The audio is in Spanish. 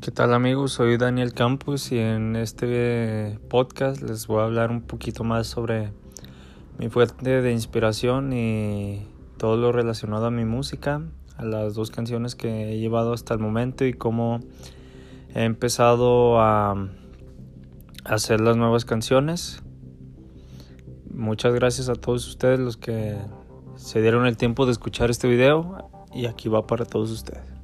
¿Qué tal amigos? Soy Daniel Campos y en este podcast les voy a hablar un poquito más sobre mi fuente de inspiración y todo lo relacionado a mi música, a las dos canciones que he llevado hasta el momento y cómo he empezado a hacer las nuevas canciones. Muchas gracias a todos ustedes los que se dieron el tiempo de escuchar este video y aquí va para todos ustedes.